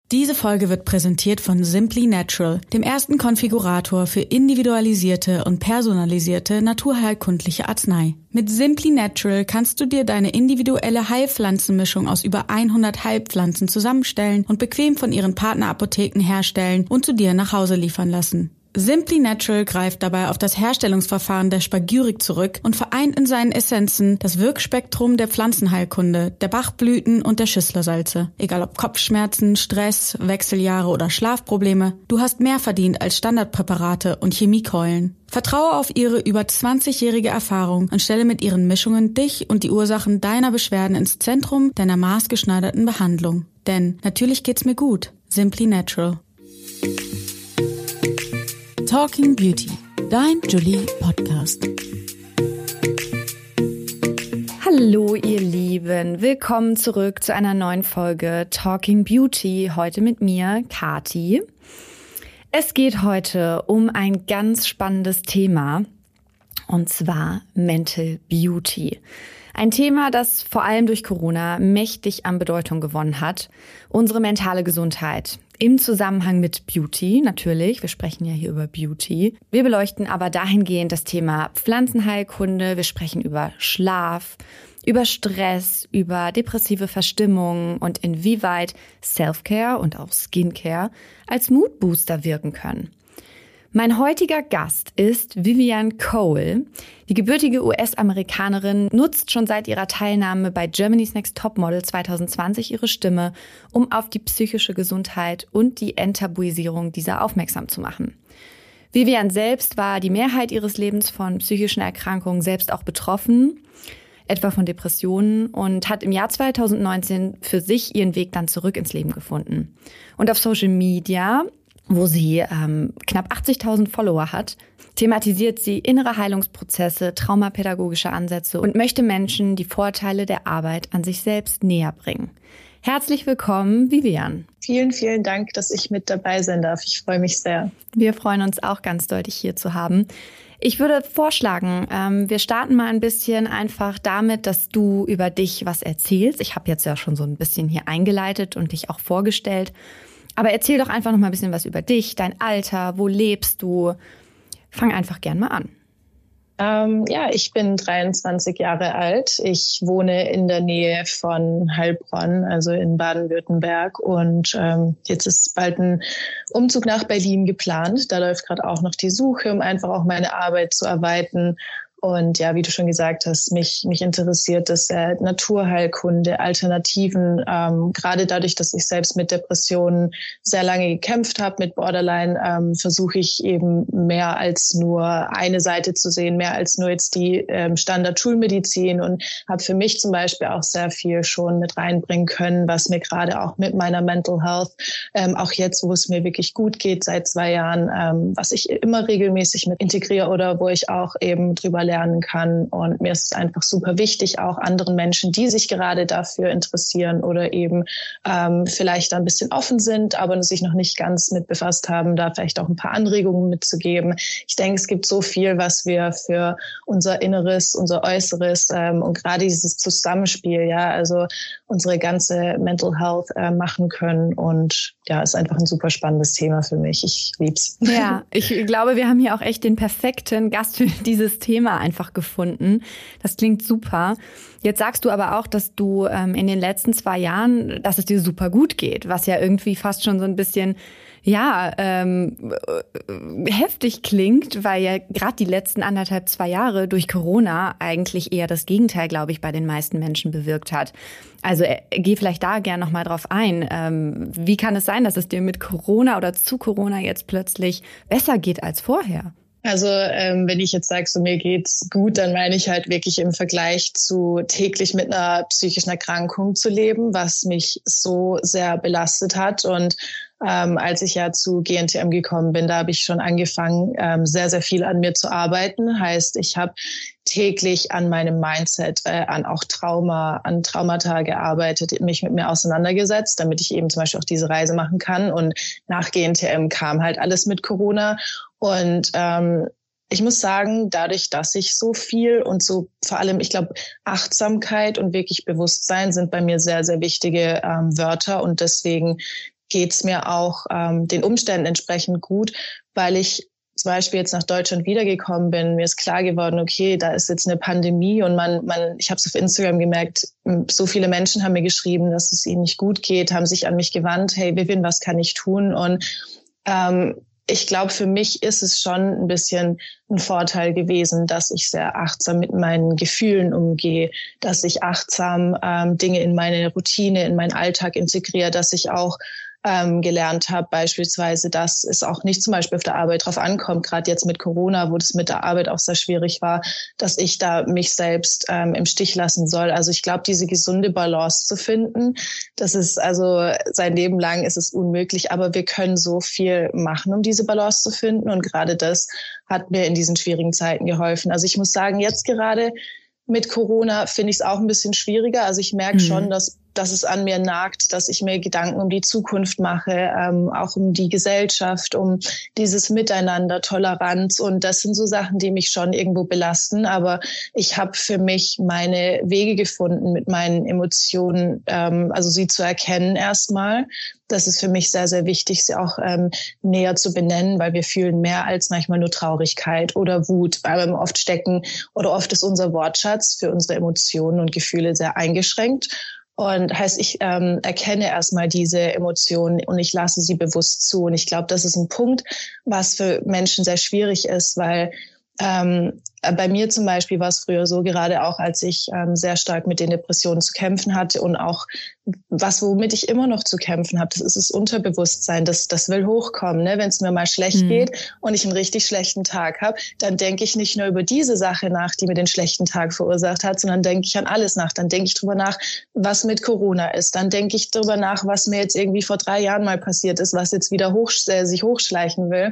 Diese Folge wird präsentiert von Simply Natural, dem ersten Konfigurator für individualisierte und personalisierte naturheilkundliche Arznei. Mit Simply Natural kannst du dir deine individuelle Heilpflanzenmischung aus über 100 Heilpflanzen zusammenstellen und bequem von ihren Partnerapotheken herstellen und zu dir nach Hause liefern lassen. Simply Natural greift dabei auf das Herstellungsverfahren der Spagyrik zurück und vereint in seinen Essenzen das Wirkspektrum der Pflanzenheilkunde, der Bachblüten und der Schüsslersalze. Egal ob Kopfschmerzen, Stress, Wechseljahre oder Schlafprobleme, du hast mehr verdient als Standardpräparate und Chemiekeulen. Vertraue auf ihre über 20-jährige Erfahrung und stelle mit ihren Mischungen dich und die Ursachen deiner Beschwerden ins Zentrum deiner maßgeschneiderten Behandlung. Denn natürlich geht's mir gut. Simply Natural. Talking Beauty, dein Julie-Podcast. Hallo ihr Lieben, willkommen zurück zu einer neuen Folge Talking Beauty, heute mit mir, Kati. Es geht heute um ein ganz spannendes Thema, und zwar Mental Beauty. Ein Thema, das vor allem durch Corona mächtig an Bedeutung gewonnen hat. Unsere mentale Gesundheit im Zusammenhang mit Beauty, natürlich. Wir sprechen ja hier über Beauty. Wir beleuchten aber dahingehend das Thema Pflanzenheilkunde. Wir sprechen über Schlaf, über Stress, über depressive Verstimmungen und inwieweit Self-Care und auch Skincare als Moodbooster wirken können. Mein heutiger Gast ist Vivian Cole. Die gebürtige US-Amerikanerin nutzt schon seit ihrer Teilnahme bei Germany's Next Topmodel 2020 ihre Stimme, um auf die psychische Gesundheit und die Enttabuisierung dieser aufmerksam zu machen. Vivian selbst war die Mehrheit ihres Lebens von psychischen Erkrankungen selbst auch betroffen, etwa von Depressionen, und hat im Jahr 2019 für sich ihren Weg dann zurück ins Leben gefunden. Und auf Social Media, wo sie knapp 80.000 Follower hat, thematisiert sie innere Heilungsprozesse, traumapädagogische Ansätze und möchte Menschen die Vorteile der Arbeit an sich selbst näher bringen. Herzlich willkommen, Vivian. Vielen, vielen Dank, dass ich mit dabei sein darf. Ich freue mich sehr. Wir freuen uns auch ganz deutlich, hier zu haben. Ich würde vorschlagen, wir starten mal ein bisschen einfach damit, dass du über dich was erzählst. Ich habe jetzt ja schon so ein bisschen hier eingeleitet und dich auch vorgestellt. Aber erzähl doch einfach noch mal ein bisschen was über dich, dein Alter, wo lebst du? Fang einfach gern mal an. Ich bin 23 Jahre alt. Ich wohne in der Nähe von Heilbronn, also in Baden-Württemberg. Und jetzt ist bald ein Umzug nach Berlin geplant. Da läuft gerade auch noch die Suche, um einfach auch meine Arbeit zu erweitern. Und ja, wie du schon gesagt hast, mich interessiert das Naturheilkunde, Alternativen. Gerade dadurch, dass ich selbst mit Depressionen sehr lange gekämpft habe, mit Borderline, versuche ich eben mehr als nur eine Seite zu sehen, mehr als nur jetzt die Standard-Schulmedizin, und habe für mich zum Beispiel auch sehr viel schon mit reinbringen können, was mir gerade auch mit meiner Mental Health, auch jetzt, wo es mir wirklich gut geht, seit 2 Jahren, was ich immer regelmäßig mit integriere oder wo ich auch eben drüber lernen kann. Und mir ist es einfach super wichtig, auch anderen Menschen, die sich gerade dafür interessieren oder eben vielleicht ein bisschen offen sind, aber sich noch nicht ganz mit befasst haben, da vielleicht auch ein paar Anregungen mitzugeben. Ich denke, es gibt so viel, was wir für unser Inneres, unser Äußeres und gerade dieses Zusammenspiel, ja, also unsere ganze Mental Health machen können. Und ja, ist einfach ein super spannendes Thema für mich. Ich lieb's. Ja, ich glaube, wir haben hier auch echt den perfekten Gast für dieses Thema einfach gefunden. Das klingt super. Jetzt sagst du aber auch, dass du in den letzten 2 Jahren, dass es dir super gut geht, was ja irgendwie fast schon so ein bisschen heftig klingt, weil ja gerade die letzten 1,5, 2 Jahre durch Corona eigentlich eher das Gegenteil, glaube ich, bei den meisten Menschen bewirkt hat. Also geh vielleicht da gern nochmal drauf ein. Wie kann es sein, dass es dir mit Corona oder zu Corona jetzt plötzlich besser geht als vorher? Also wenn ich jetzt sage, so mir geht's gut, dann meine ich halt wirklich im Vergleich zu täglich mit einer psychischen Erkrankung zu leben, was mich so sehr belastet hat. Und als ich ja zu GNTM gekommen bin, da habe ich schon angefangen, sehr, sehr viel an mir zu arbeiten. Heißt, ich habe täglich an meinem Mindset, an Traumata gearbeitet, mich mit mir auseinandergesetzt, damit ich eben zum Beispiel auch diese Reise machen kann. Und nach GNTM kam halt alles mit Corona. Und ich muss sagen, dadurch, dass ich so viel und so vor allem, ich glaube, Achtsamkeit und wirklich Bewusstsein sind bei mir sehr, sehr wichtige Wörter. Und deswegen geht's mir auch den Umständen entsprechend gut, weil ich zum Beispiel jetzt nach Deutschland wiedergekommen bin. Mir ist klar geworden, okay, da ist jetzt eine Pandemie und ich habe es auf Instagram gemerkt, so viele Menschen haben mir geschrieben, dass es ihnen nicht gut geht, haben sich an mich gewandt, hey Vivian, was kann ich tun? Und ich glaube, für mich ist es schon ein bisschen ein Vorteil gewesen, dass ich sehr achtsam mit meinen Gefühlen umgehe, dass ich achtsam Dinge in meine Routine, in meinen Alltag integriere, dass ich auch gelernt habe, beispielsweise, dass es auch nicht zum Beispiel auf der Arbeit drauf ankommt, gerade jetzt mit Corona, wo das mit der Arbeit auch sehr schwierig war, dass ich da mich selbst im Stich lassen soll. Also ich glaube, diese gesunde Balance zu finden, das ist also sein Leben lang ist es unmöglich, aber wir können so viel machen, um diese Balance zu finden und gerade das hat mir in diesen schwierigen Zeiten geholfen. Also ich muss sagen, jetzt gerade mit Corona finde ich es auch ein bisschen schwieriger. Also ich merke schon, dass es an mir nagt, dass ich mir Gedanken um die Zukunft mache, auch um die Gesellschaft, um dieses Miteinander, Toleranz. Und das sind so Sachen, die mich schon irgendwo belasten. Aber ich habe für mich meine Wege gefunden, mit meinen Emotionen, also sie zu erkennen erstmal. Das ist für mich sehr, sehr wichtig, sie auch näher zu benennen, weil wir fühlen mehr als manchmal nur Traurigkeit oder Wut, weil wir oft stecken oder oft ist unser Wortschatz für unsere Emotionen und Gefühle sehr eingeschränkt. Und heißt, ich erkenne erstmal diese Emotionen und ich lasse sie bewusst zu. Und ich glaube, das ist ein Punkt, was für Menschen sehr schwierig ist, weil bei mir zum Beispiel war es früher so, gerade auch als ich sehr stark mit den Depressionen zu kämpfen hatte und auch womit ich immer noch zu kämpfen habe, das ist das Unterbewusstsein, das will hochkommen. Ne? Wenn es mir mal schlecht geht und ich einen richtig schlechten Tag habe, dann denke ich nicht nur über diese Sache nach, die mir den schlechten Tag verursacht hat, sondern denke ich an alles nach. Dann denke ich drüber nach, was mit Corona ist. Dann denke ich drüber nach, was mir jetzt irgendwie vor 3 Jahren mal passiert ist, was jetzt wieder sich hochschleichen will.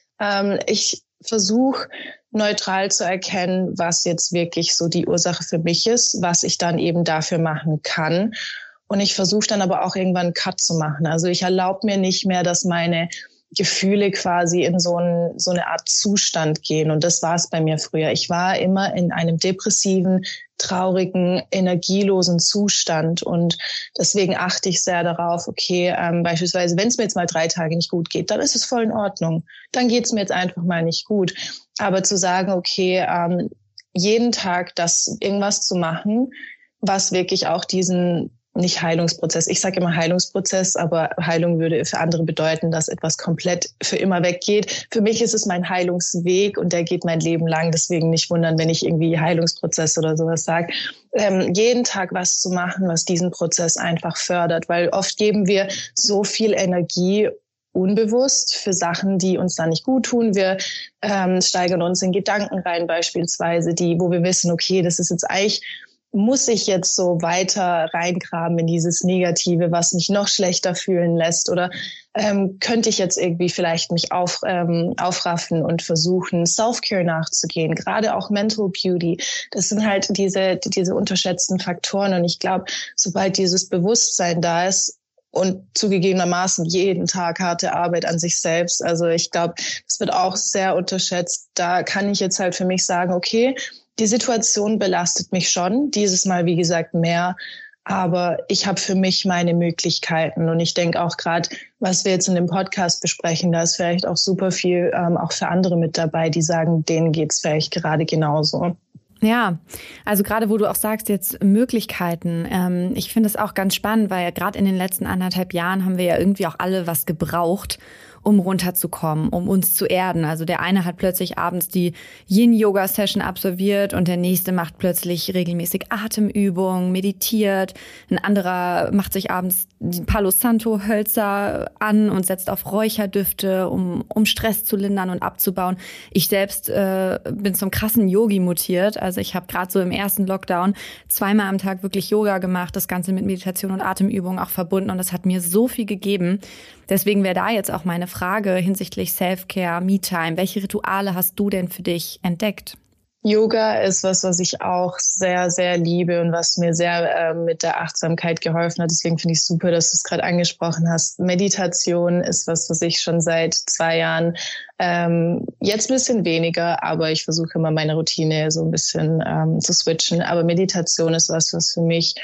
Ich versuche neutral zu erkennen, was jetzt wirklich so die Ursache für mich ist, was ich dann eben dafür machen kann. Und ich versuche dann aber auch irgendwann einen Cut zu machen. Also ich erlaube mir nicht mehr, dass meine Gefühle quasi in so eine Art Zustand gehen. Und das war es bei mir früher. Ich war immer in einem depressiven, traurigen, energielosen Zustand. Und deswegen achte ich sehr darauf, okay, beispielsweise, wenn es mir jetzt mal 3 Tage nicht gut geht, dann ist es voll in Ordnung. Dann geht es mir jetzt einfach mal nicht gut. Aber zu sagen, okay, jeden Tag irgendwas zu machen, was wirklich auch diesen nicht Heilungsprozess. Ich sage immer Heilungsprozess, aber Heilung würde für andere bedeuten, dass etwas komplett für immer weggeht. Für mich ist es mein Heilungsweg und der geht mein Leben lang. Deswegen nicht wundern, wenn ich irgendwie Heilungsprozess oder sowas sage. Jeden Tag was zu machen, was diesen Prozess einfach fördert, weil oft geben wir so viel Energie unbewusst für Sachen, die uns dann nicht gut tun. Wir steigern uns in Gedanken rein beispielsweise, wo wir wissen, okay, das ist jetzt eigentlich, muss ich jetzt so weiter reingraben in dieses Negative, was mich noch schlechter fühlen lässt? Oder könnte ich jetzt irgendwie vielleicht mich aufraffen und versuchen, Self-Care nachzugehen? Gerade auch Mental Beauty. Das sind halt diese unterschätzten Faktoren. Und ich glaube, sobald dieses Bewusstsein da ist, und zugegebenermaßen jeden Tag harte Arbeit an sich selbst. Also ich glaube, das wird auch sehr unterschätzt. Da kann ich jetzt halt für mich sagen, okay, die Situation belastet mich schon, dieses Mal, wie gesagt, mehr. Aber ich habe für mich meine Möglichkeiten. Und ich denke auch gerade, was wir jetzt in dem Podcast besprechen, da ist vielleicht auch super viel auch für andere mit dabei, die sagen, denen geht's vielleicht gerade genauso. Ja, also gerade wo du auch sagst, jetzt Möglichkeiten. Ich finde es auch ganz spannend, weil gerade in den letzten 1,5 Jahren haben wir ja irgendwie auch alle was gebraucht, um runterzukommen, um uns zu erden. Also der eine hat plötzlich abends die Yin-Yoga-Session absolviert und der nächste macht plötzlich regelmäßig Atemübungen, meditiert. Ein anderer macht sich abends die Palo Santo-Hölzer an und setzt auf Räucherdüfte, um Stress zu lindern und abzubauen. Ich selbst bin zum krassen Yogi mutiert. Also ich habe gerade so im ersten Lockdown 2-mal am Tag wirklich Yoga gemacht, das Ganze mit Meditation und Atemübungen auch verbunden und das hat mir so viel gegeben. Deswegen wäre da jetzt auch meine Frage hinsichtlich Self-Care, Me-Time. Welche Rituale hast du denn für dich entdeckt? Yoga ist was ich auch sehr, sehr liebe und was mir sehr mit der Achtsamkeit geholfen hat. Deswegen finde ich es super, dass du es gerade angesprochen hast. Meditation ist was ich schon seit 2 Jahren, jetzt ein bisschen weniger, aber ich versuche immer meine Routine so ein bisschen zu switchen. Aber Meditation ist was für mich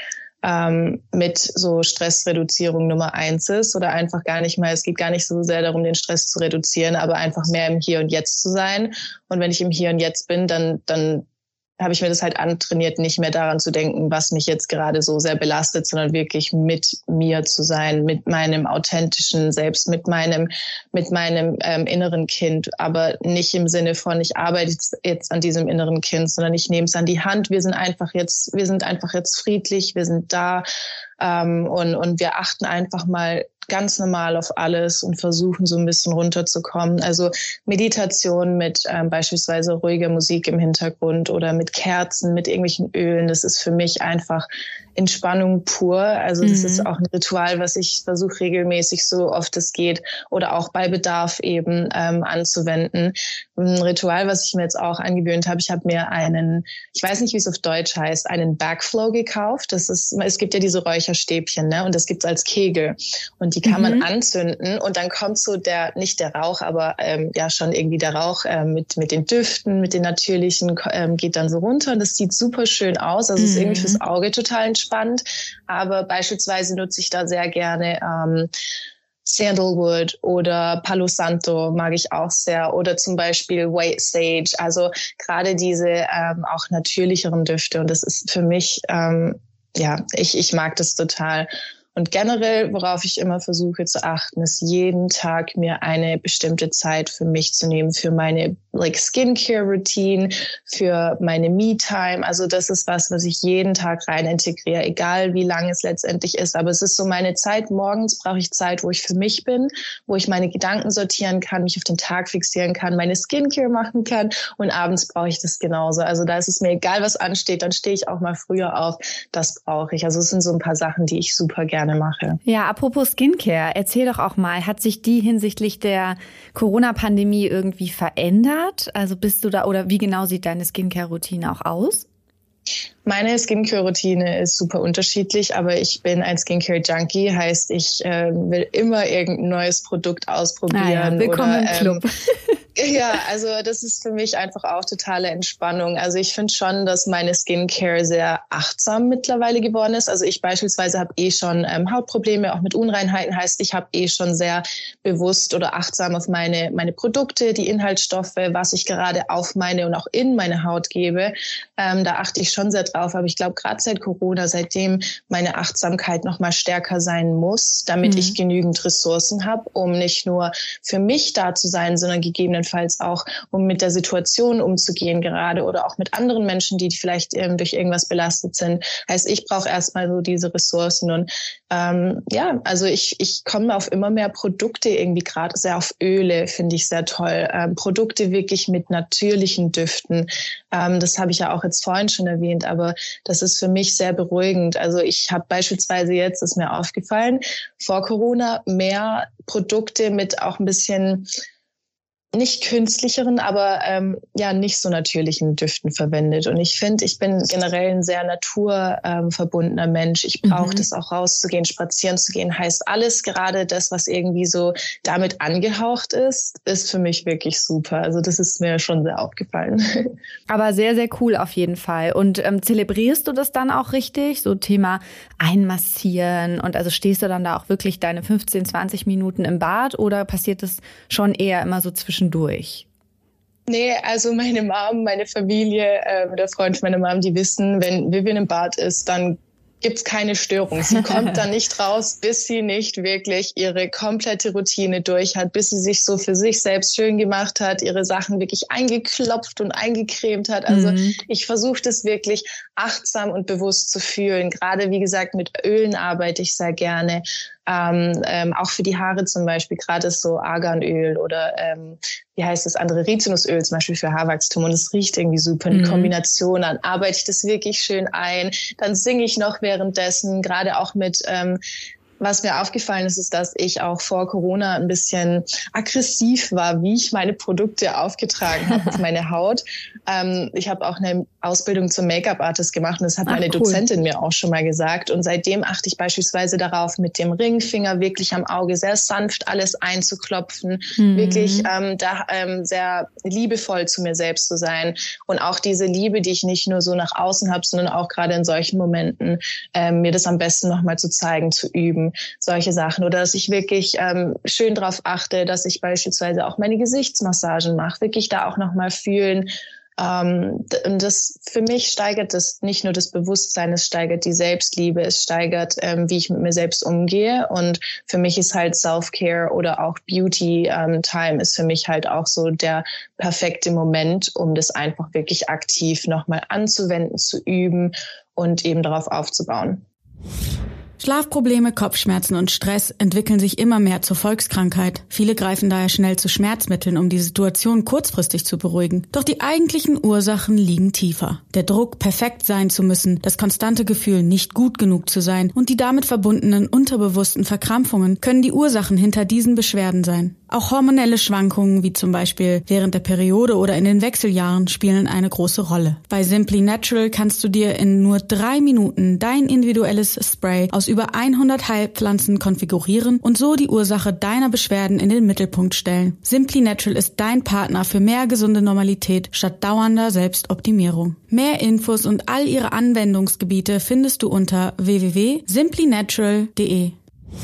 mit so Stressreduzierung Nummer 1 ist oder einfach gar nicht mal, es geht gar nicht so sehr darum, den Stress zu reduzieren, aber einfach mehr im Hier und Jetzt zu sein. Und wenn ich im Hier und Jetzt bin, dann habe ich mir das halt antrainiert, nicht mehr daran zu denken, was mich jetzt gerade so sehr belastet, sondern wirklich mit mir zu sein, mit meinem authentischen Selbst, mit meinem inneren Kind, aber nicht im Sinne von, ich arbeite jetzt an diesem inneren Kind, sondern ich nehme es an die Hand. Wir sind einfach jetzt friedlich, wir sind da, und wir achten einfach mal ganz normal auf alles und versuchen so ein bisschen runterzukommen. Also Meditation mit beispielsweise ruhiger Musik im Hintergrund oder mit Kerzen, mit irgendwelchen Ölen, das ist für mich einfach Entspannung pur. Also das ist auch ein Ritual, was ich versuche regelmäßig, so oft es geht oder auch bei Bedarf eben anzuwenden. Ein Ritual, was ich mir jetzt auch angewöhnt habe, ich habe mir ich weiß nicht, wie es auf Deutsch heißt, einen Backflow gekauft. Es gibt ja diese Räucherstäbchen, ne? Und das gibt's als Kegel. Und die kann man anzünden und dann kommt so nicht der Rauch, aber ja schon irgendwie der Rauch mit den Düften, mit den natürlichen, geht dann so runter und das sieht super schön aus. Also es ist irgendwie fürs Auge total entspannt. Aber beispielsweise nutze ich da sehr gerne Sandalwood oder Palo Santo mag ich auch sehr oder zum Beispiel White Sage. Also gerade diese auch natürlicheren Düfte und das ist für mich, ich mag das total. Und generell, worauf ich immer versuche zu achten, ist jeden Tag mir eine bestimmte Zeit für mich zu nehmen, für meine Skincare-Routine, für meine Me-Time. Also das ist was ich jeden Tag rein integriere, egal wie lang es letztendlich ist. Aber es ist so meine Zeit. Morgens brauche ich Zeit, wo ich für mich bin, wo ich meine Gedanken sortieren kann, mich auf den Tag fixieren kann, meine Skincare machen kann. Und abends brauche ich das genauso. Also da ist es mir egal, was ansteht. Dann stehe ich auch mal früher auf. Das brauche ich. Also es sind so ein paar Sachen, die ich super gerne mache. Ja, apropos Skincare, erzähl doch auch mal, hat sich die hinsichtlich der Corona-Pandemie irgendwie verändert? Also bist du da oder wie genau sieht deine Skincare-Routine auch aus? Meine Skincare-Routine ist super unterschiedlich, aber ich bin ein Skincare-Junkie, heißt, ich will immer irgendein neues Produkt ausprobieren. Ja, willkommen im Club. Ja, also das ist für mich einfach auch totale Entspannung. Also ich finde schon, dass meine Skincare sehr achtsam mittlerweile geworden ist. Also ich beispielsweise habe schon Hautprobleme, auch mit Unreinheiten, heißt, ich habe schon sehr bewusst oder achtsam auf meine Produkte, die Inhaltsstoffe, was ich gerade auf meine und auch in meine Haut gebe. Da achte ich schon sehr drauf. Aber ich glaube, gerade seit Corona, seitdem meine Achtsamkeit noch mal stärker sein muss, damit ich genügend Ressourcen habe, um nicht nur für mich da zu sein, sondern gegebenenfalls auch, um mit der Situation umzugehen gerade oder auch mit anderen Menschen, die vielleicht durch irgendwas belastet sind. Heißt, ich brauche erstmal so diese Ressourcen und also ich komme auf immer mehr Produkte irgendwie gerade, sehr auf Öle, finde ich sehr toll. Produkte wirklich mit natürlichen Düften. Das habe ich ja auch jetzt vorhin schon erwähnt, aber das ist für mich sehr beruhigend. Also ich habe beispielsweise jetzt, ist mir aufgefallen, vor Corona mehr Produkte mit auch ein bisschen nicht künstlicheren, aber nicht so natürlichen Düften verwendet. Und ich finde, ich bin generell ein sehr naturverbundener Mensch. Ich brauche das auch rauszugehen, spazieren zu gehen. Heißt alles, gerade das, was irgendwie so damit angehaucht ist für mich wirklich super. Also das ist mir schon sehr aufgefallen. Aber sehr, sehr cool auf jeden Fall. Und zelebrierst du das dann auch richtig? So Thema Einmassieren und also stehst du dann da auch wirklich deine 15, 20 Minuten im Bad oder passiert das schon eher immer so zwischendurch? Nee, also meine Mom, meine Familie, der Freund meiner Mom, die wissen, wenn Vivian im Bad ist, dann gibt's keine Störung. Sie kommt dann nicht raus, bis sie nicht wirklich ihre komplette Routine durch hat, bis sie sich so für sich selbst schön gemacht hat, ihre Sachen wirklich eingeklopft und eingecremt hat. Also ich versuche das wirklich achtsam und bewusst zu fühlen. Gerade, wie gesagt, mit Ölen arbeite ich sehr gerne. Auch für die Haare zum Beispiel, gerade ist so Arganöl oder wie heißt das andere, Rizinusöl zum Beispiel für Haarwachstum und es riecht irgendwie super in Kombination, dann arbeite ich das wirklich schön ein, dann singe ich noch währenddessen, gerade auch mit Was mir aufgefallen ist, ist, dass ich auch vor Corona ein bisschen aggressiv war, wie ich meine Produkte aufgetragen habe auf meine Haut. Ich habe auch eine Ausbildung zum Make-up-Artist gemacht und das hat meine Dozentin mir auch schon mal gesagt. Und seitdem achte ich beispielsweise darauf, mit dem Ringfinger wirklich am Auge sehr sanft alles einzuklopfen, wirklich sehr liebevoll zu mir selbst zu sein. Und auch diese Liebe, die ich nicht nur so nach außen habe, sondern auch gerade in solchen Momenten, mir das am besten nochmal zu zeigen, zu üben, solche Sachen. Oder dass ich wirklich schön darauf achte, dass ich beispielsweise auch meine Gesichtsmassagen mache, wirklich da auch nochmal fühlen. Und das für mich steigert das nicht nur das Bewusstsein, es steigert die Selbstliebe, es steigert, wie ich mit mir selbst umgehe. Und für mich ist halt Self-Care oder auch Beauty-Time ist für mich halt auch so der perfekte Moment, um das einfach wirklich aktiv nochmal anzuwenden, zu üben und eben darauf aufzubauen. Schlafprobleme, Kopfschmerzen und Stress entwickeln sich immer mehr zur Volkskrankheit. Viele greifen daher schnell zu Schmerzmitteln, um die Situation kurzfristig zu beruhigen. Doch die eigentlichen Ursachen liegen tiefer. Der Druck, perfekt sein zu müssen, das konstante Gefühl, nicht gut genug zu sein und die damit verbundenen unterbewussten Verkrampfungen können die Ursachen hinter diesen Beschwerden sein. Auch hormonelle Schwankungen, wie zum Beispiel während der Periode oder in den Wechseljahren, spielen eine große Rolle. Bei Simply Natural kannst du dir in nur 3 Minuten dein individuelles Spray aus über 100 Heilpflanzen konfigurieren und so die Ursache deiner Beschwerden in den Mittelpunkt stellen. Simply Natural ist dein Partner für mehr gesunde Normalität statt dauernder Selbstoptimierung. Mehr Infos und all ihre Anwendungsgebiete findest du unter www.simplynatural.de.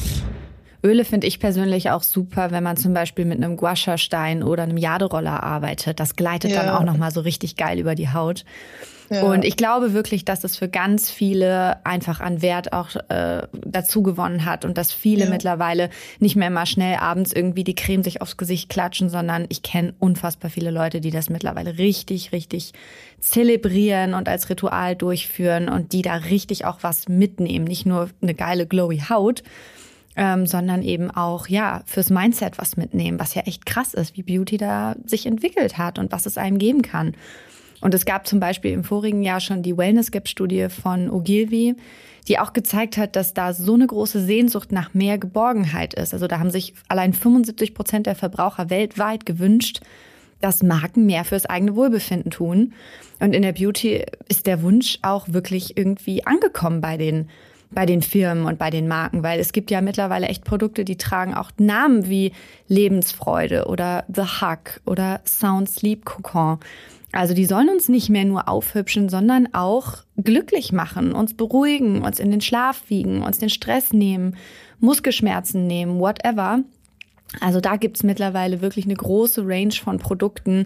Öle finde ich persönlich auch super, wenn man zum Beispiel mit einem Gua-Sha-Stein oder einem Jaderoller arbeitet. Das gleitet dann auch nochmal so richtig geil über die Haut. Ja. Und ich glaube wirklich, dass es für ganz viele einfach an Wert auch dazu gewonnen hat und dass viele mittlerweile nicht mehr mal schnell abends irgendwie die Creme sich aufs Gesicht klatschen, sondern ich kenne unfassbar viele Leute, die das mittlerweile richtig, richtig zelebrieren und als Ritual durchführen und die da richtig auch was mitnehmen. Nicht nur eine geile glowy Haut, sondern eben auch fürs Mindset was mitnehmen, was ja echt krass ist, wie Beauty da sich entwickelt hat und was es einem geben kann. Und es gab zum Beispiel im vorigen Jahr schon die Wellness-Gap-Studie von Ogilvy, die auch gezeigt hat, dass da so eine große Sehnsucht nach mehr Geborgenheit ist. Also da haben sich allein 75% der Verbraucher weltweit gewünscht, dass Marken mehr fürs eigene Wohlbefinden tun. Und in der Beauty ist der Wunsch auch wirklich irgendwie angekommen bei den Firmen und bei den Marken, weil es gibt ja mittlerweile echt Produkte, die tragen auch Namen wie Lebensfreude oder The Hug oder Sound Sleep Cocon. Also die sollen uns nicht mehr nur aufhübschen, sondern auch glücklich machen, uns beruhigen, uns in den Schlaf wiegen, uns den Stress nehmen, Muskelschmerzen nehmen, whatever. Also da gibt's mittlerweile wirklich eine große Range von Produkten,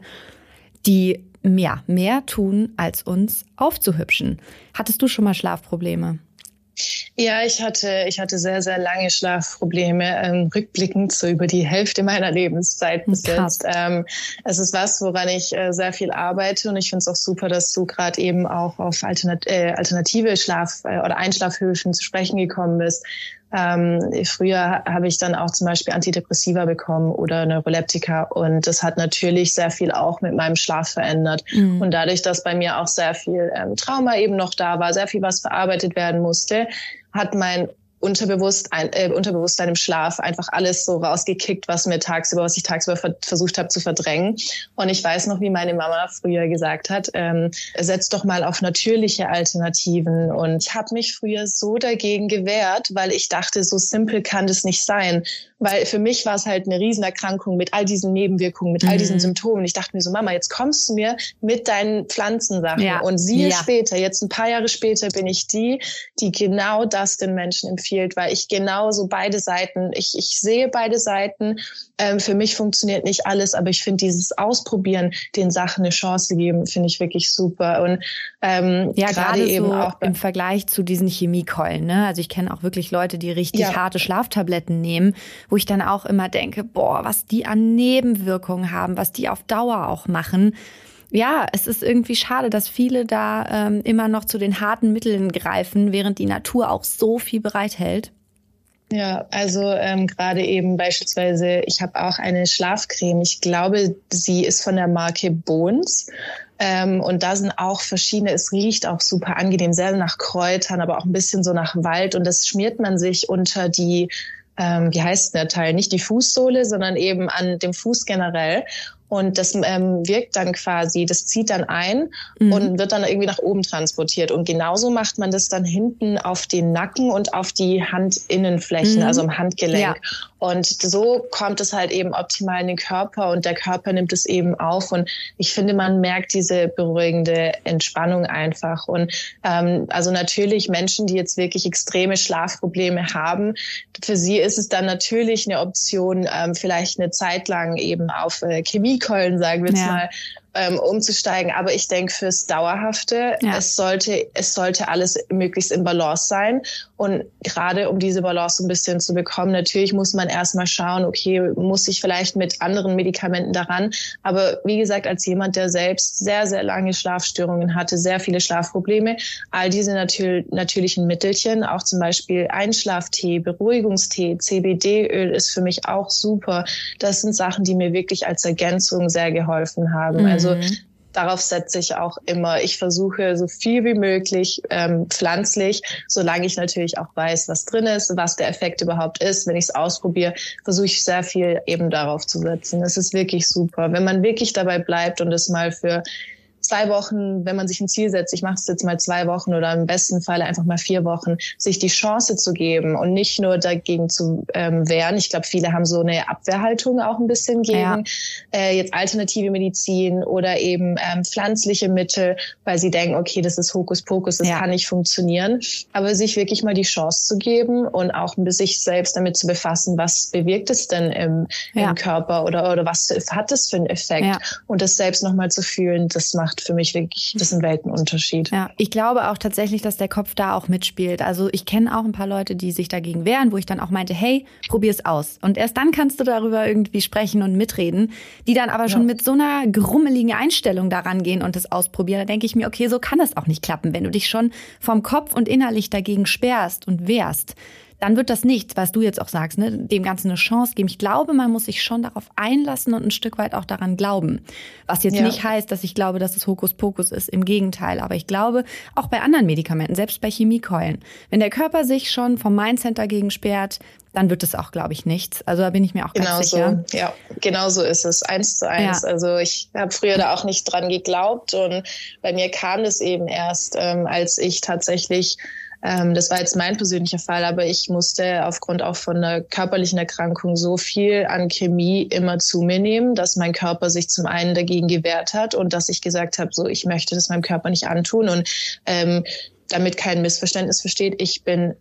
die mehr tun, als uns aufzuhübschen. Hattest du schon mal Schlafprobleme? Ja, ich hatte sehr, sehr lange Schlafprobleme, rückblickend so über die Hälfte meiner Lebenszeit bis jetzt. Es ist was, woran ich sehr viel arbeite und ich finde es auch super, dass du gerade eben auch auf alternative oder Einschlafhilfen zu sprechen gekommen bist. Früher habe ich dann auch zum Beispiel Antidepressiva bekommen oder Neuroleptika und das hat natürlich sehr viel auch mit meinem Schlaf verändert. Und dadurch, dass bei mir auch sehr viel Trauma eben noch da war, sehr viel was verarbeitet werden musste, hat mein Unterbewusstsein im Schlaf einfach alles so rausgekickt, was ich tagsüber versucht habe zu verdrängen. Und ich weiß noch, wie meine Mama früher gesagt hat, setz doch mal auf natürliche Alternativen. Und ich habe mich früher so dagegen gewehrt, weil ich dachte, so simpel kann das nicht sein. Weil für mich war es halt eine Riesenerkrankung mit all diesen Nebenwirkungen, mit all diesen Symptomen. Ich dachte mir so, Mama, jetzt kommst du mir mit deinen Pflanzensachen. Ja. Und später, jetzt ein paar Jahre später, bin ich die genau das den Menschen empfiehlt, weil ich genauso beide Seiten, ich sehe beide Seiten. Für mich funktioniert nicht alles, aber ich finde dieses Ausprobieren, den Sachen eine Chance geben, finde ich wirklich super. Und gerade eben so auch im Vergleich zu diesen Chemiekeulen, ne? Also ich kenne auch wirklich Leute, die richtig harte Schlaftabletten nehmen, wo ich dann auch immer denke, was die an Nebenwirkungen haben, was die auf Dauer auch machen. Ja, es ist irgendwie schade, dass viele da immer noch zu den harten Mitteln greifen, während die Natur auch so viel bereithält. Ja, also gerade eben beispielsweise, ich habe auch eine Schlafcreme. Ich glaube, sie ist von der Marke Bones. Und da sind auch verschiedene, es riecht auch super angenehm, sehr nach Kräutern, aber auch ein bisschen so nach Wald. Und das schmiert man sich unter die, wie heißt der Teil? Nicht die Fußsohle, sondern eben an dem Fuß generell. Und das wirkt dann quasi, das zieht dann ein und wird dann irgendwie nach oben transportiert. Und genauso macht man das dann hinten auf den Nacken und auf die Handinnenflächen, also am Handgelenk. Ja. Und so kommt es halt eben optimal in den Körper und der Körper nimmt es eben auf. Und ich finde, man merkt diese beruhigende Entspannung einfach. Und also natürlich Menschen, die jetzt wirklich extreme Schlafprobleme haben, für sie ist es dann natürlich eine Option, vielleicht eine Zeit lang eben auf Chemiekeulen, sagen wir jetzt mal, umzusteigen. Aber ich denke, fürs Dauerhafte, es sollte alles möglichst in Balance sein. Und gerade um diese Balance ein bisschen zu bekommen, natürlich muss man erstmal schauen, okay, muss ich vielleicht mit anderen Medikamenten daran. Aber wie gesagt, als jemand, der selbst sehr, sehr lange Schlafstörungen hatte, sehr viele Schlafprobleme, all diese natürlichen Mittelchen, auch zum Beispiel Einschlaftee, Beruhigungstee, CBD-Öl ist für mich auch super. Das sind Sachen, die mir wirklich als Ergänzung sehr geholfen haben. Also darauf setze ich auch immer. Ich versuche so viel wie möglich pflanzlich, solange ich natürlich auch weiß, was drin ist, was der Effekt überhaupt ist. Wenn ich es ausprobiere, versuche ich sehr viel eben darauf zu setzen. Das ist wirklich super. Wenn man wirklich dabei bleibt und es mal für 2 Wochen, wenn man sich ein Ziel setzt, ich mache es jetzt mal 2 Wochen oder im besten Fall einfach mal 4 Wochen, sich die Chance zu geben und nicht nur dagegen zu wehren. Ich glaube, viele haben so eine Abwehrhaltung auch ein bisschen gegen jetzt alternative Medizin oder eben pflanzliche Mittel, weil sie denken, okay, das ist Hokuspokus, das kann nicht funktionieren. Aber sich wirklich mal die Chance zu geben und auch sich selbst damit zu befassen, was bewirkt es denn im Körper oder was hat es für einen Effekt? Und das selbst nochmal zu fühlen, das macht für mich wirklich, das ist ein Weltenunterschied. Ja, ich glaube auch tatsächlich, dass der Kopf da auch mitspielt. Also ich kenne auch ein paar Leute, die sich dagegen wehren, wo ich dann auch meinte, hey, probier's aus. Und erst dann kannst du darüber irgendwie sprechen und mitreden, die dann aber schon mit so einer grummeligen Einstellung daran gehen und das ausprobieren. Da denke ich mir, okay, so kann das auch nicht klappen. Wenn du dich schon vom Kopf und innerlich dagegen sperrst und wehrst, dann wird das nichts, was du jetzt auch sagst, ne? Dem Ganzen eine Chance geben. Ich glaube, man muss sich schon darauf einlassen und ein Stück weit auch daran glauben. Was jetzt nicht heißt, dass ich glaube, dass es Hokuspokus ist. Im Gegenteil. Aber ich glaube, auch bei anderen Medikamenten, selbst bei Chemiekeulen, wenn der Körper sich schon vom Mindset dagegen sperrt, dann wird es auch, glaube ich, nichts. Also da bin ich mir auch ganz sicher. Ja, genau so ist es. 1:1. Ja. Also ich habe früher da auch nicht dran geglaubt. Und bei mir kam es eben erst, als ich tatsächlich das war jetzt mein persönlicher Fall, aber ich musste aufgrund auch von einer körperlichen Erkrankung so viel an Chemie immer zu mir nehmen, dass mein Körper sich zum einen dagegen gewehrt hat und dass ich gesagt habe, so ich möchte das meinem Körper nicht antun. Und damit kein Missverständnis versteht, ich bin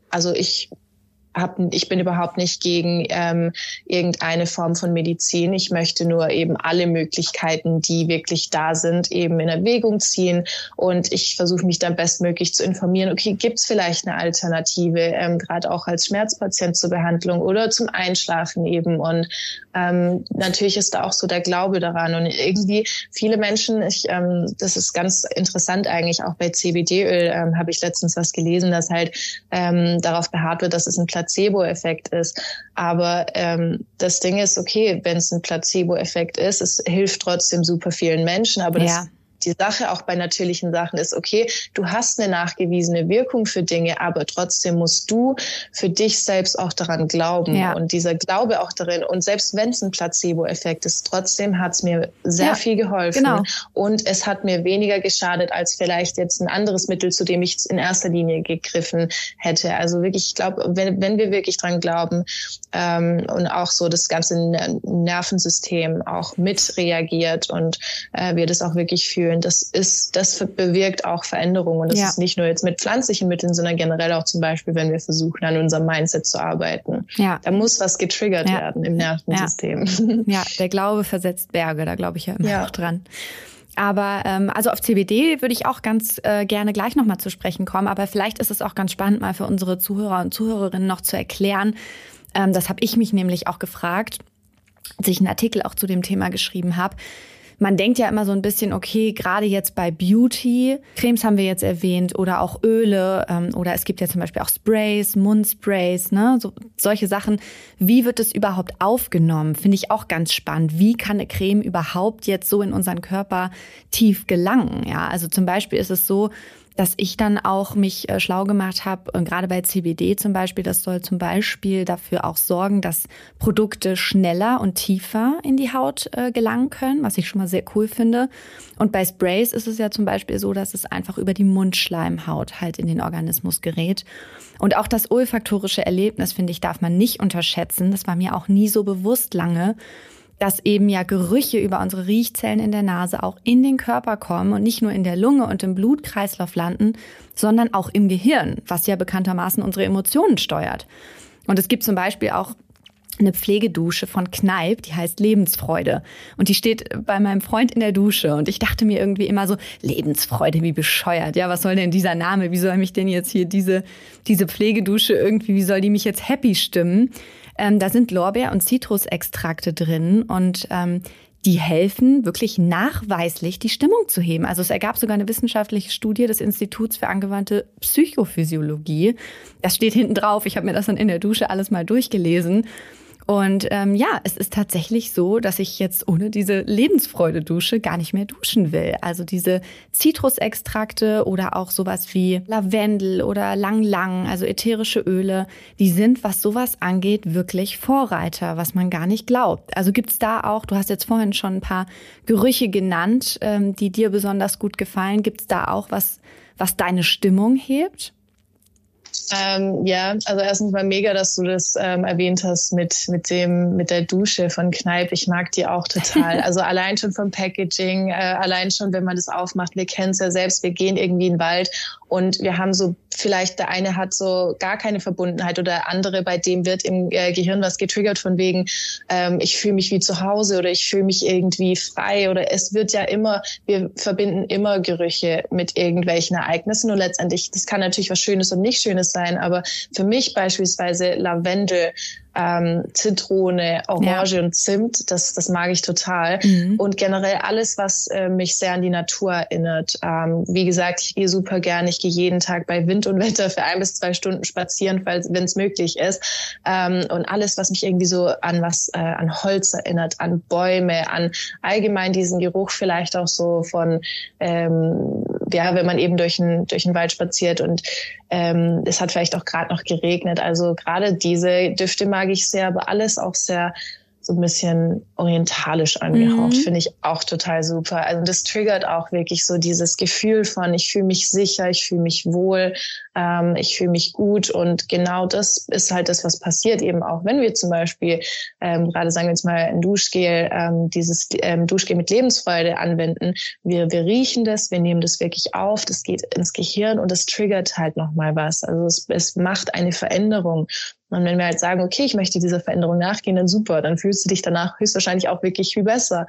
überhaupt nicht gegen irgendeine Form von Medizin. Ich möchte nur eben alle Möglichkeiten, die wirklich da sind, eben in Erwägung ziehen. Und ich versuche mich dann bestmöglich zu informieren. Okay, gibt es vielleicht eine Alternative, gerade auch als Schmerzpatient zur Behandlung oder zum Einschlafen eben. Und natürlich ist da auch so der Glaube daran. Und irgendwie viele Menschen, das ist ganz interessant eigentlich, auch bei CBD-Öl habe ich letztens was gelesen, dass halt darauf beharrt wird, dass es ein Placebo-Effekt ist. Aber das Ding ist, okay, wenn es ein Placebo-Effekt ist, es hilft trotzdem super vielen Menschen, aber die Sache auch bei natürlichen Sachen ist, okay, du hast eine nachgewiesene Wirkung für Dinge, aber trotzdem musst du für dich selbst auch daran glauben. Ja. Und dieser Glaube auch darin, und selbst wenn es ein Placebo-Effekt ist, trotzdem hat es mir sehr viel geholfen. Genau. Und es hat mir weniger geschadet, als vielleicht jetzt ein anderes Mittel, zu dem ich in erster Linie gegriffen hätte. Also wirklich, ich glaube, wenn wir wirklich dran glauben und auch so das ganze Nervensystem auch mit reagiert und wir das auch wirklich fühlen, das bewirkt auch Veränderungen. Und das ist nicht nur jetzt mit pflanzlichen Mitteln, sondern generell auch zum Beispiel, wenn wir versuchen, an unserem Mindset zu arbeiten. Ja. Da muss was getriggert werden im Nervensystem. Ja, der Glaube versetzt Berge, da glaube ich ja immer noch dran. Aber also auf CBD würde ich auch ganz gerne gleich nochmal zu sprechen kommen. Aber vielleicht ist es auch ganz spannend, mal für unsere Zuhörer und Zuhörerinnen noch zu erklären. Das habe ich mich nämlich auch gefragt, als ich einen Artikel auch zu dem Thema geschrieben habe. man denkt ja immer so ein bisschen, okay, gerade jetzt bei Beauty, Cremes haben wir jetzt erwähnt oder auch Öle oder es gibt ja zum Beispiel auch Sprays, Mundsprays, ne, solche Sachen. Wie wird es überhaupt aufgenommen? Finde ich auch ganz spannend. Wie kann eine Creme überhaupt jetzt so in unseren Körper tief gelangen? Ja, also zum Beispiel ist es so, dass ich dann auch mich schlau gemacht habe, gerade bei CBD zum Beispiel, das soll zum Beispiel dafür auch sorgen, dass Produkte schneller und tiefer in die Haut gelangen können, was ich schon mal sehr cool finde. Und bei Sprays ist es ja zum Beispiel so, dass es einfach über die Mundschleimhaut halt in den Organismus gerät. Und auch das olfaktorische Erlebnis, finde ich, darf man nicht unterschätzen. Das war mir auch nie so bewusst lange, dass eben ja Gerüche über unsere Riechzellen in der Nase auch in den Körper kommen und nicht nur in der Lunge und im Blutkreislauf landen, sondern auch im Gehirn, was ja bekanntermaßen unsere Emotionen steuert. Und es gibt zum Beispiel auch eine Pflegedusche von Kneipp, die heißt Lebensfreude. Und die steht bei meinem Freund in der Dusche. Und ich dachte mir irgendwie immer so, Lebensfreude, wie bescheuert. Ja, was soll denn dieser Name? Wie soll mich denn jetzt hier diese Pflegedusche irgendwie, wie soll die mich jetzt happy stimmen? Da sind Lorbeer- und Zitrusextrakte drin und die helfen wirklich nachweislich, die Stimmung zu heben. Also es ergab sogar eine wissenschaftliche Studie des Instituts für angewandte Psychophysiologie. Das steht hinten drauf. Ich habe mir das dann in der Dusche alles mal durchgelesen. Und es ist tatsächlich so, dass ich jetzt ohne diese Lebensfreude-Dusche gar nicht mehr duschen will. Also diese Zitrusextrakte oder auch sowas wie Lavendel oder Lang-Lang, also ätherische Öle, die sind, was sowas angeht, wirklich Vorreiter, was man gar nicht glaubt. Also gibt's da auch, du hast jetzt vorhin schon ein paar Gerüche genannt, die dir besonders gut gefallen. Gibt's da auch was deine Stimmung hebt? Also erstens mal mega, dass du das erwähnt hast mit der Dusche von Kneipp. Ich mag die auch total. Also allein schon vom Packaging, allein schon, wenn man das aufmacht. Wir kennen es ja selbst, wir gehen irgendwie in den Wald und wir haben so, vielleicht der eine hat so gar keine Verbundenheit oder der andere, bei dem wird im Gehirn was getriggert von wegen, ich fühle mich wie zu Hause oder ich fühle mich irgendwie frei oder es wird ja immer, wir verbinden immer Gerüche mit irgendwelchen Ereignissen und letztendlich, das kann natürlich was Schönes und nicht Schönes sein, aber für mich beispielsweise Lavendel, Zitrone, Orange und Zimt, das mag ich total. Und generell alles, was mich sehr an die Natur erinnert. Wie gesagt, ich gehe super gern, ich gehe jeden Tag bei Wind und Wetter für 1 bis 2 Stunden spazieren, wenn es möglich ist. Und alles, was mich irgendwie so an Holz erinnert, an Bäume, an allgemein diesen Geruch vielleicht auch so von, wenn man eben durch den Wald spaziert und es hat vielleicht auch gerade noch geregnet. Also gerade diese Düfte mag ich sehr, aber alles auch sehr so ein bisschen orientalisch angehaucht, finde ich auch total super. Also das triggert auch wirklich so dieses Gefühl von, ich fühle mich sicher, ich fühle mich wohl, ich fühle mich gut und genau das ist halt das, was passiert eben auch, wenn wir zum Beispiel gerade sagen wir jetzt mal ein Duschgel, dieses Duschgel mit Lebensfreude anwenden. Wir riechen das, wir nehmen das wirklich auf, das geht ins Gehirn und das triggert halt nochmal was. Also es macht eine Veränderung. Und wenn wir halt sagen, okay, ich möchte dieser Veränderung nachgehen, dann super, dann fühlst du dich danach höchstwahrscheinlich auch wirklich viel besser.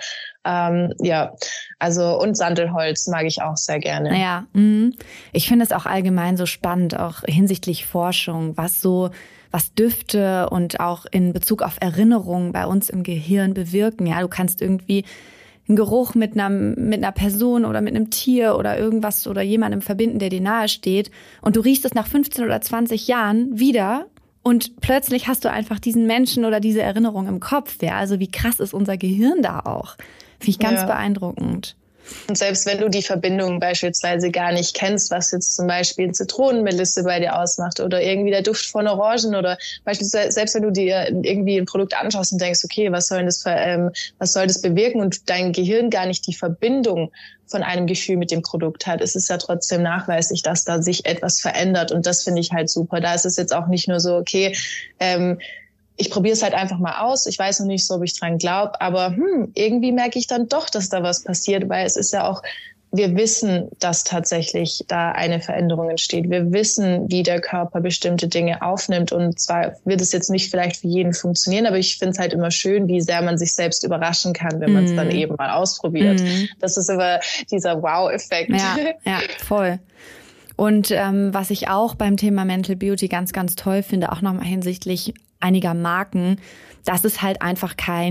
Und Sandelholz mag ich auch sehr gerne. Ja, ich finde es auch allgemein so spannend, auch hinsichtlich Forschung, was Düfte und auch in Bezug auf Erinnerungen bei uns im Gehirn bewirken. Ja, du kannst irgendwie einen Geruch mit einer Person oder mit einem Tier oder irgendwas oder jemandem verbinden, der dir nahe steht und du riechst es nach 15 oder 20 Jahren wieder. Und plötzlich hast du einfach diesen Menschen oder diese Erinnerung im Kopf. Ja, also wie krass ist unser Gehirn da auch? Finde ich ganz beeindruckend. Und selbst wenn du die Verbindung beispielsweise gar nicht kennst, was jetzt zum Beispiel Zitronenmelisse bei dir ausmacht oder irgendwie der Duft von Orangen oder beispielsweise selbst wenn du dir irgendwie ein Produkt anschaust und denkst, okay, was soll das bewirken und dein Gehirn gar nicht die Verbindung von einem Gefühl mit dem Produkt hat, ist es ja trotzdem nachweislich, dass da sich etwas verändert und das finde ich halt super. Da ist es jetzt auch nicht nur so, okay, ich probiere es halt einfach mal aus. Ich weiß noch nicht so, ob ich dran glaube, aber irgendwie merke ich dann doch, dass da was passiert, weil es ist ja auch, wir wissen, dass tatsächlich da eine Veränderung entsteht. Wir wissen, wie der Körper bestimmte Dinge aufnimmt und zwar wird es jetzt nicht vielleicht für jeden funktionieren, aber ich finde es halt immer schön, wie sehr man sich selbst überraschen kann, wenn man es dann eben mal ausprobiert. Das ist aber dieser Wow-Effekt. Ja, voll. Und was ich auch beim Thema Mental Beauty ganz, ganz toll finde, auch nochmal hinsichtlich einiger Marken, dass es halt einfach kein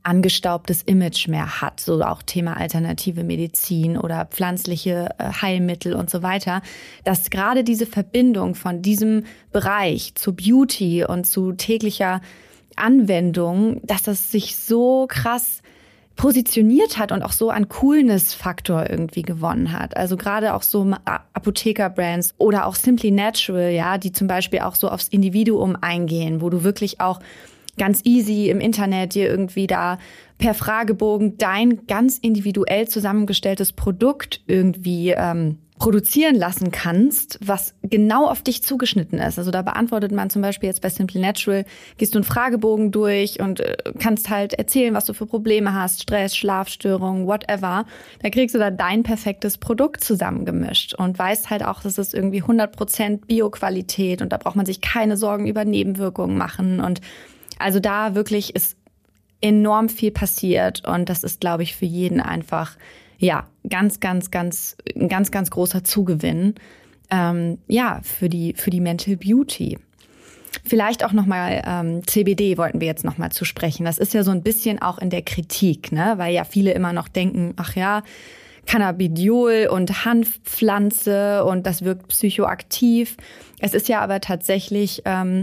angestaubtes Image mehr hat, so auch Thema alternative Medizin oder pflanzliche Heilmittel und so weiter, dass gerade diese Verbindung von diesem Bereich zu Beauty und zu täglicher Anwendung, dass das sich so krass positioniert hat und auch so an Coolness-Faktor irgendwie gewonnen hat. Also gerade auch so Apotheker-Brands oder auch Simply Natural, ja, die zum Beispiel auch so aufs Individuum eingehen, wo du wirklich auch ganz easy im Internet dir irgendwie da per Fragebogen dein ganz individuell zusammengestelltes Produkt irgendwie produzieren lassen kannst, was genau auf dich zugeschnitten ist. Also da beantwortet man zum Beispiel jetzt bei Simply Natural, gehst du einen Fragebogen durch und kannst halt erzählen, was du für Probleme hast, Stress, Schlafstörungen, whatever. Da kriegst du dann dein perfektes Produkt zusammengemischt und weißt halt auch, dass es irgendwie 100% Bio-Qualität und da braucht man sich keine Sorgen über Nebenwirkungen machen. Und also da wirklich ist enorm viel passiert und das ist, glaube ich, für jeden einfach ein ganz großer Zugewinn, für die Mental Beauty. Vielleicht auch nochmal CBD wollten wir jetzt nochmal zu sprechen. Das ist ja so ein bisschen auch in der Kritik, ne? Weil ja viele immer noch denken, ach ja, Cannabidiol und Hanfpflanze und das wirkt psychoaktiv. Es ist ja aber tatsächlich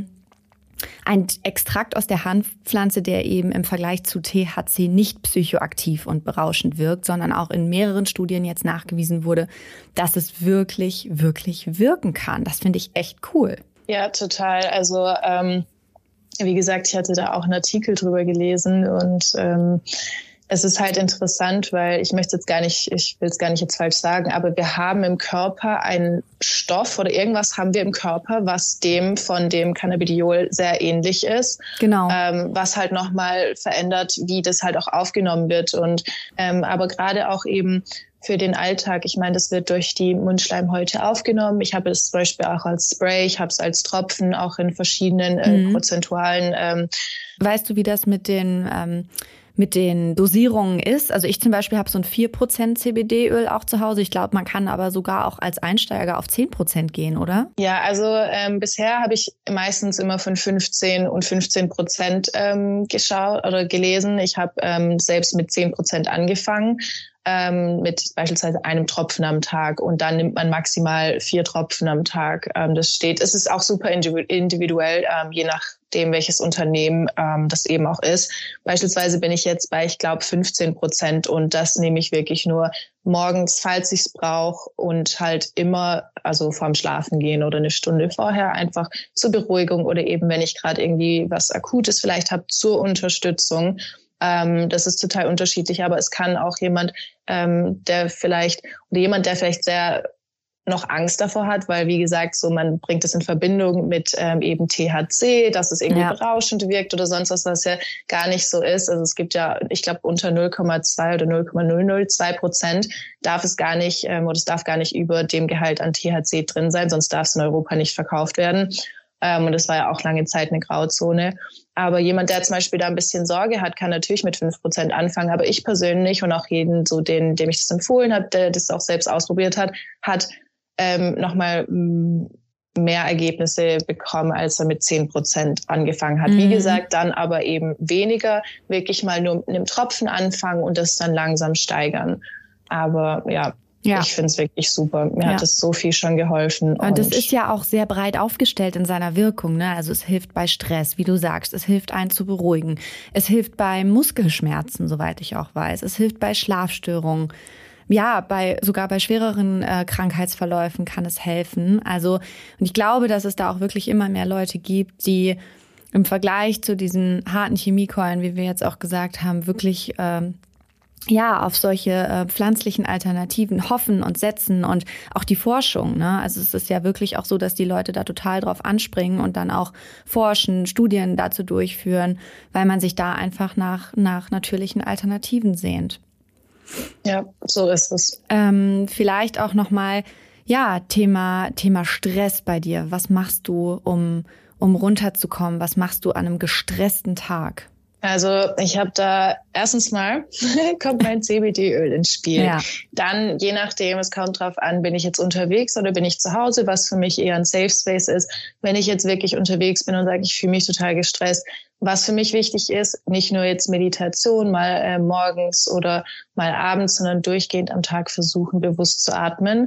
ein Extrakt aus der Hanfpflanze, der eben im Vergleich zu THC nicht psychoaktiv und berauschend wirkt, sondern auch in mehreren Studien jetzt nachgewiesen wurde, dass es wirklich, wirklich wirken kann. Das finde ich echt cool. Ja, total. Also wie gesagt, ich hatte da auch einen Artikel drüber gelesen und es ist halt interessant, weil ich will es gar nicht jetzt falsch sagen, aber wir haben im Körper einen Stoff oder irgendwas haben wir im Körper, was dem von dem Cannabidiol sehr ähnlich ist. Genau. Was halt nochmal verändert, wie das halt auch aufgenommen wird und aber gerade auch eben für den Alltag. Ich meine, das wird durch die Mundschleimhäute aufgenommen. Ich habe es zum Beispiel auch als Spray, ich habe es als Tropfen, auch in verschiedenen prozentualen. Weißt du, wie das mit den Dosierungen ist? Also ich zum Beispiel habe so ein 4% CBD-Öl auch zu Hause. Ich glaube, man kann aber sogar auch als Einsteiger auf 10% gehen, oder? Ja, also bisher habe ich meistens immer von 15 und 15% geschaut oder gelesen. Ich habe selbst mit 10% angefangen. Mit beispielsweise einem Tropfen am Tag und dann nimmt man maximal 4 Tropfen am Tag. Es ist auch super individuell, je nachdem, welches Unternehmen das eben auch ist. Beispielsweise bin ich jetzt bei, ich glaube, 15% und das nehme ich wirklich nur morgens, falls ich es brauche und halt immer, also vorm Schlafen gehen oder eine Stunde vorher einfach zur Beruhigung oder eben, wenn ich gerade irgendwie was Akutes vielleicht habe, zur Unterstützung. Das ist total unterschiedlich, aber es kann auch jemand, der vielleicht sehr noch Angst davor hat, weil wie gesagt, so man bringt es in Verbindung mit eben THC, dass es irgendwie berauschend wirkt oder sonst was ja gar nicht so ist. Also es gibt ja, ich glaube, unter 0,2 oder 0,002% darf es gar nicht oder es darf gar nicht über dem Gehalt an THC drin sein, sonst darf es in Europa nicht verkauft werden. Und das war ja auch lange Zeit eine Grauzone. Aber jemand, der zum Beispiel da ein bisschen Sorge hat, kann natürlich mit 5% anfangen. Aber ich persönlich und auch jeden, so dem ich das empfohlen habe, der das auch selbst ausprobiert hat nochmal mehr Ergebnisse bekommen, als er mit 10% angefangen hat. Wie gesagt, dann aber eben weniger, wirklich mal nur mit einem Tropfen anfangen und das dann langsam steigern. Aber ja. Ich finde es wirklich super. Mir hat es so viel schon geholfen. Und das ist ja auch sehr breit aufgestellt in seiner Wirkung, ne? Also es hilft bei Stress, wie du sagst. Es hilft einen zu beruhigen. Es hilft bei Muskelschmerzen, soweit ich auch weiß. Es hilft bei Schlafstörungen. Ja, sogar bei schwereren Krankheitsverläufen kann es helfen. Also, und ich glaube, dass es da auch wirklich immer mehr Leute gibt, die im Vergleich zu diesen harten Chemiekeulen, wie wir jetzt auch gesagt haben, wirklich auf solche pflanzlichen Alternativen hoffen und setzen und auch die Forschung, ne? Also es ist ja wirklich auch so, dass die Leute da total drauf anspringen und dann auch forschen, Studien dazu durchführen, weil man sich da einfach nach natürlichen Alternativen sehnt. Ja, so ist es. Vielleicht auch nochmal, Thema Stress bei dir. Was machst du, um runterzukommen? Was machst du an einem gestressten Tag? Also ich habe da erstens mal kommt mein CBD-Öl ins Spiel. Ja. Dann, je nachdem, es kommt drauf an, bin ich jetzt unterwegs oder bin ich zu Hause, was für mich eher ein Safe Space ist. Wenn ich jetzt wirklich unterwegs bin und sage, ich fühle mich total gestresst, was für mich wichtig ist, nicht nur jetzt Meditation, mal morgens oder mal abends, sondern durchgehend am Tag versuchen, bewusst zu atmen.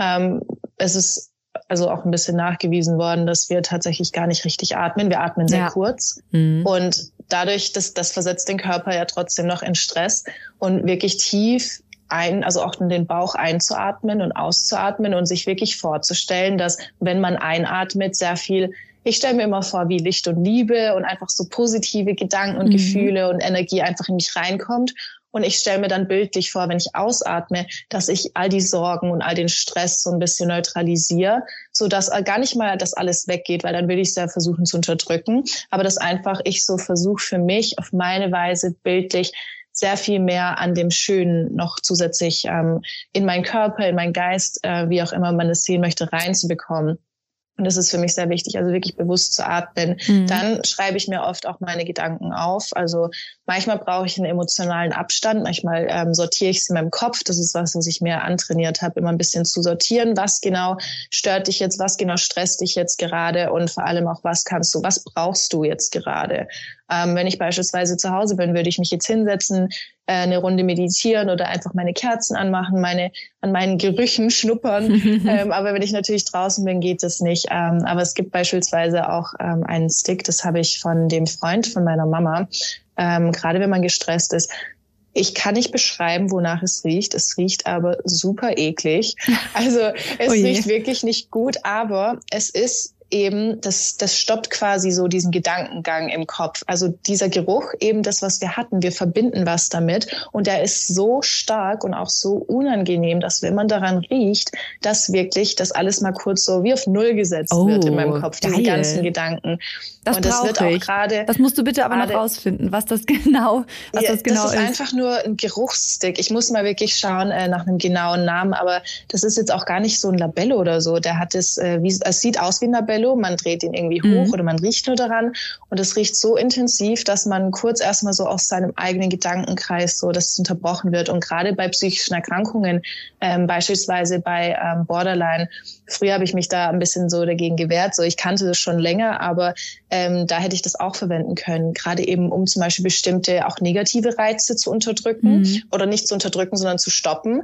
Es ist also auch ein bisschen nachgewiesen worden, dass wir tatsächlich gar nicht richtig atmen. Wir atmen sehr kurz. Und dadurch, das versetzt den Körper ja trotzdem noch in Stress und wirklich tief also auch in den Bauch einzuatmen und auszuatmen und sich wirklich vorzustellen, dass wenn man einatmet, sehr viel, ich stelle mir immer vor, wie Licht und Liebe und einfach so positive Gedanken und Gefühle und Energie einfach in mich reinkommt. Und ich stelle mir dann bildlich vor, wenn ich ausatme, dass ich all die Sorgen und all den Stress so ein bisschen neutralisiere, so dass gar nicht mal das alles weggeht, weil dann will ich es ja versuchen zu unterdrücken. Aber dass einfach ich so versuche für mich auf meine Weise bildlich sehr viel mehr an dem Schönen noch zusätzlich in meinen Körper, in meinen Geist, wie auch immer man es sehen möchte, reinzubekommen. Und das ist für mich sehr wichtig, also wirklich bewusst zu atmen. Dann schreibe ich mir oft auch meine Gedanken auf. Also manchmal brauche ich einen emotionalen Abstand, manchmal sortiere ich sie in meinem Kopf. Das ist was ich mir antrainiert habe, immer ein bisschen zu sortieren. Was genau stört dich jetzt, was genau stresst dich jetzt gerade und vor allem auch, was brauchst du jetzt gerade? Wenn ich beispielsweise zu Hause bin, würde ich mich jetzt hinsetzen, eine Runde meditieren oder einfach meine Kerzen anmachen, an meinen Gerüchen schnuppern. Aber wenn ich natürlich draußen bin, geht das nicht. Aber es gibt beispielsweise auch einen Stick, das habe ich von dem Freund von meiner Mama, gerade wenn man gestresst ist. Ich kann nicht beschreiben, wonach es riecht. Es riecht aber super eklig. Also es riecht wirklich nicht gut, aber es ist eben, das stoppt quasi so diesen Gedankengang im Kopf. Also dieser Geruch, eben das, was wir hatten, wir verbinden was damit und der ist so stark und auch so unangenehm, dass wenn man daran riecht, dass wirklich das alles mal kurz so wie auf Null gesetzt wird in meinem Kopf, diese ganzen Gedanken. Das und das wird auch gerade. Das musst du bitte aber noch rausfinden, was das genau ist. Das ist einfach nur ein Geruchsstick. Ich muss mal wirklich schauen nach einem genauen Namen, aber das ist jetzt auch gar nicht so ein Labello oder so. Der hat es sieht aus wie ein Labello, man dreht ihn irgendwie hoch oder man riecht nur daran und es riecht so intensiv, dass man kurz erstmal so aus seinem eigenen Gedankenkreis so, dass es unterbrochen wird. Und gerade bei psychischen Erkrankungen, beispielsweise bei Borderline, früher habe ich mich da ein bisschen so dagegen gewehrt. So, ich kannte das schon länger, aber da hätte ich das auch verwenden können, gerade eben um zum Beispiel bestimmte auch negative Reize zu unterdrücken oder nicht zu unterdrücken, sondern zu stoppen.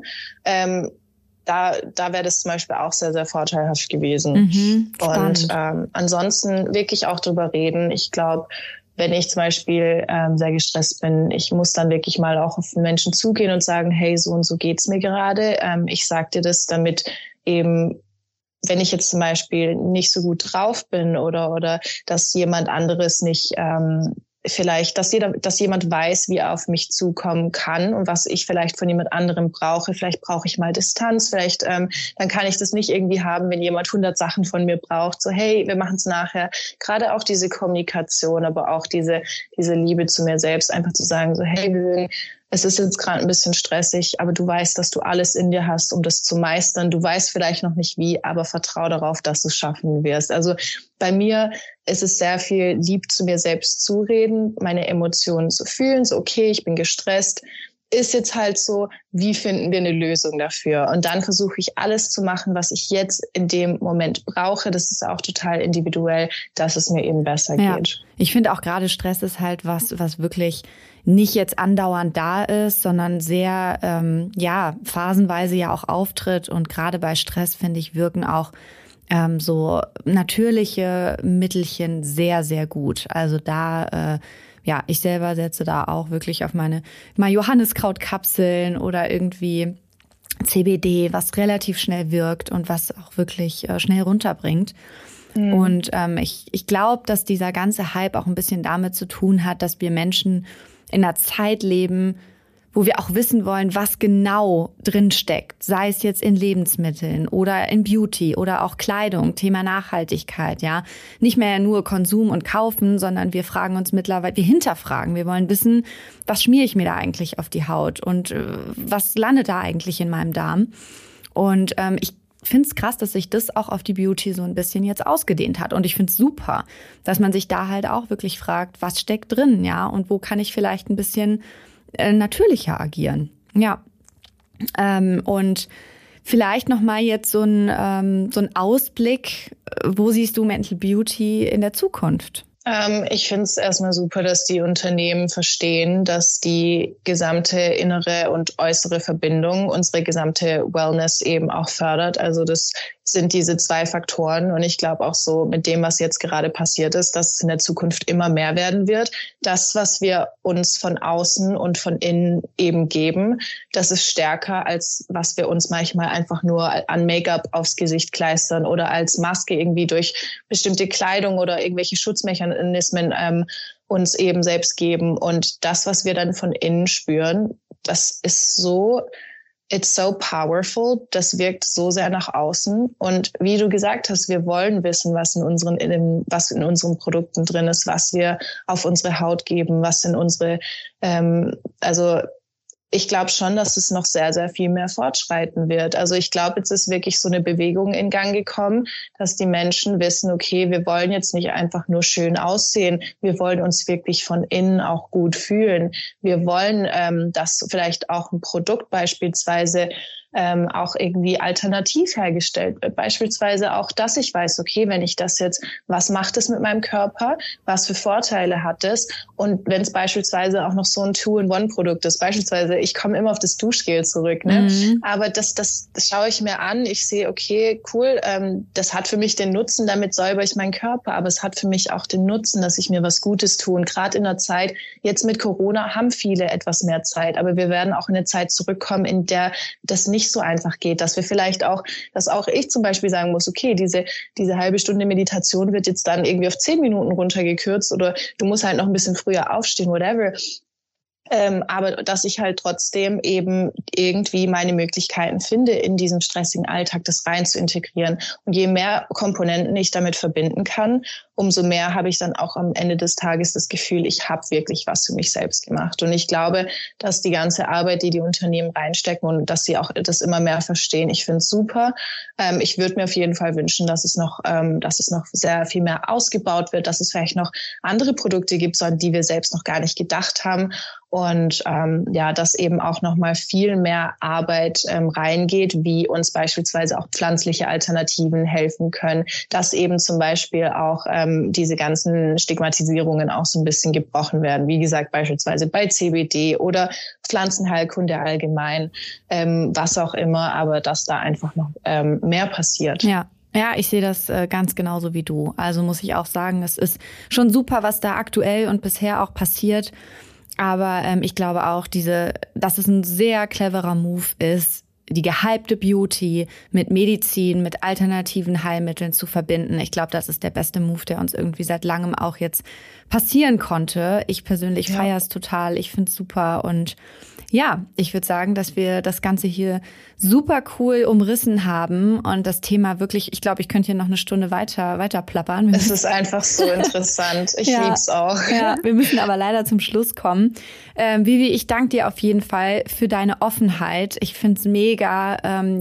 Da wäre das zum Beispiel auch sehr, sehr vorteilhaft gewesen. Und ansonsten wirklich auch drüber reden. Ich glaube, wenn ich zum Beispiel sehr gestresst bin, ich muss dann wirklich mal auch auf den Menschen zugehen und sagen, hey, so und so geht's mir gerade. Ich sag dir das, damit eben, wenn ich jetzt zum Beispiel nicht so gut drauf bin oder dass jemand anderes nicht vielleicht, dass jemand weiß, wie er auf mich zukommen kann und was ich vielleicht von jemand anderem brauche. Vielleicht brauche ich mal Distanz. Vielleicht dann kann ich das nicht irgendwie haben, wenn jemand 100 Sachen von mir braucht. So, hey, wir machen es nachher. Gerade auch diese Kommunikation, aber auch diese Liebe zu mir selbst, einfach zu sagen, so, hey, es ist jetzt gerade ein bisschen stressig, aber du weißt, dass du alles in dir hast, um das zu meistern. Du weißt vielleicht noch nicht wie, aber vertrau darauf, dass du es schaffen wirst. Also bei mir ist es sehr viel lieb zu mir selbst zureden, meine Emotionen zu fühlen, so okay, ich bin gestresst. Ist jetzt halt so, wie finden wir eine Lösung dafür? Und dann versuche ich alles zu machen, was ich jetzt in dem Moment brauche. Das ist auch total individuell, dass es mir eben besser geht. Ich finde auch gerade Stress ist halt was wirklich nicht jetzt andauernd da ist, sondern sehr, phasenweise ja auch auftritt. Und gerade bei Stress, finde ich, wirken auch so natürliche Mittelchen sehr, sehr gut. Also da ich selber setze da auch wirklich auf mal Johanniskrautkapseln oder irgendwie CBD, was relativ schnell wirkt und was auch wirklich schnell runterbringt. Und ich glaube, dass dieser ganze Hype auch ein bisschen damit zu tun hat, dass wir Menschen in einer Zeit leben, wo wir auch wissen wollen, was genau drin steckt, sei es jetzt in Lebensmitteln oder in Beauty oder auch Kleidung, Thema Nachhaltigkeit, ja. Nicht mehr nur Konsum und Kaufen, sondern wir fragen uns mittlerweile, wir hinterfragen, wir wollen wissen, was schmiere ich mir da eigentlich auf die Haut und was landet da eigentlich in meinem Darm? Und ich finde es krass, dass sich das auch auf die Beauty so ein bisschen jetzt ausgedehnt hat. Und ich finde es super, dass man sich da halt auch wirklich fragt, was steckt drin, ja, und wo kann ich vielleicht ein bisschen natürlicher agieren. Ja. Und vielleicht nochmal jetzt so ein Ausblick, wo siehst du Mental Beauty in der Zukunft? Ich finde es erstmal super, dass die Unternehmen verstehen, dass die gesamte innere und äußere Verbindung unsere gesamte Wellness eben auch fördert. Also das sind diese 2 Faktoren. Und ich glaube auch so mit dem, was jetzt gerade passiert ist, dass es in der Zukunft immer mehr werden wird. Das, was wir uns von außen und von innen eben geben, das ist stärker, als was wir uns manchmal einfach nur an Make-up aufs Gesicht kleistern oder als Maske irgendwie durch bestimmte Kleidung oder irgendwelche Schutzmechanismen uns eben selbst geben. Und das, was wir dann von innen spüren, das ist so... It's so powerful. Das wirkt so sehr nach außen. Und wie du gesagt hast, wir wollen wissen, was in unseren Produkten drin ist, was wir auf unsere Haut geben, was in unsere, ich glaube schon, dass es noch sehr, sehr viel mehr fortschreiten wird. Also ich glaube, jetzt ist wirklich so eine Bewegung in Gang gekommen, dass die Menschen wissen, okay, wir wollen jetzt nicht einfach nur schön aussehen, wir wollen uns wirklich von innen auch gut fühlen. Wir wollen, dass vielleicht auch ein Produkt beispielsweise auch irgendwie alternativ hergestellt wird. Beispielsweise auch, dass ich weiß, okay, wenn ich das jetzt, was macht es mit meinem Körper? Was für Vorteile hat es? Und wenn es beispielsweise auch noch so ein Two-in-One-Produkt ist, beispielsweise, ich komme immer auf das Duschgel zurück, ne? Mhm. Aber das schaue ich mir an. Ich sehe, okay, cool, das hat für mich den Nutzen, damit säubere ich meinen Körper. Aber es hat für mich auch den Nutzen, dass ich mir was Gutes tue. Und gerade in der Zeit, jetzt mit Corona, haben viele etwas mehr Zeit. Aber wir werden auch in eine Zeit zurückkommen, in der das nicht so einfach geht, dass wir vielleicht auch, dass auch ich zum Beispiel sagen muss, okay, diese halbe Stunde Meditation wird jetzt dann irgendwie auf 10 Minuten runtergekürzt oder du musst halt noch ein bisschen früher aufstehen, whatever. Aber dass ich halt trotzdem eben irgendwie meine Möglichkeiten finde, in diesem stressigen Alltag das rein zu integrieren. Und je mehr Komponenten ich damit verbinden kann, umso mehr habe ich dann auch am Ende des Tages das Gefühl, ich habe wirklich was für mich selbst gemacht. Und ich glaube, dass die ganze Arbeit, die Unternehmen reinstecken und dass sie auch das immer mehr verstehen, ich finde es super. Ich würde mir auf jeden Fall wünschen, dass es noch sehr viel mehr ausgebaut wird, dass es vielleicht noch andere Produkte gibt, an die wir selbst noch gar nicht gedacht haben. Und dass eben auch nochmal viel mehr Arbeit reingeht, wie uns beispielsweise auch pflanzliche Alternativen helfen können, dass eben zum Beispiel auch diese ganzen Stigmatisierungen auch so ein bisschen gebrochen werden. Wie gesagt, beispielsweise bei CBD oder Pflanzenheilkunde allgemein, was auch immer, aber dass da einfach noch mehr passiert. Ja, ich sehe das ganz genauso wie du. Also muss ich auch sagen, es ist schon super, was da aktuell und bisher auch passiert. Aber ich glaube auch, dass es ein sehr cleverer Move ist, die gehypte Beauty mit Medizin, mit alternativen Heilmitteln zu verbinden. Ich glaube, das ist der beste Move, der uns irgendwie seit langem auch jetzt passieren konnte. Ich persönlich feiere es total. Ich finde es super. Und ja, ich würde sagen, dass wir das Ganze hier super cool umrissen haben und das Thema wirklich, ich glaube, ich könnte hier noch eine Stunde weiter plappern. Es ist einfach so interessant. Ich lieb's auch. Ja, wir müssen aber leider zum Schluss kommen. Vivi, ich danke dir auf jeden Fall für deine Offenheit. Ich finde es mega,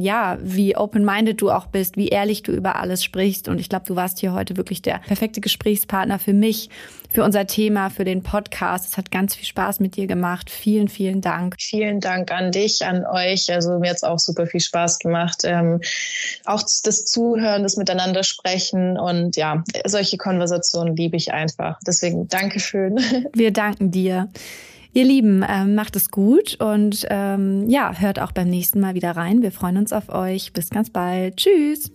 wie open-minded du auch bist, wie ehrlich du über alles sprichst. Und ich glaube, du warst hier heute wirklich der perfekte Gesprächspartner für mich, für unser Thema, für den Podcast. Es hat ganz viel Spaß mit dir gemacht. Vielen, vielen Dank. Vielen Dank an dich, an euch. Also mir hat's auch super viel Spaß gemacht. Auch das Zuhören, das Miteinander sprechen und ja, solche Konversationen liebe ich einfach. Deswegen Dankeschön. Wir danken dir. Ihr Lieben, macht es gut und hört auch beim nächsten Mal wieder rein. Wir freuen uns auf euch. Bis ganz bald. Tschüss.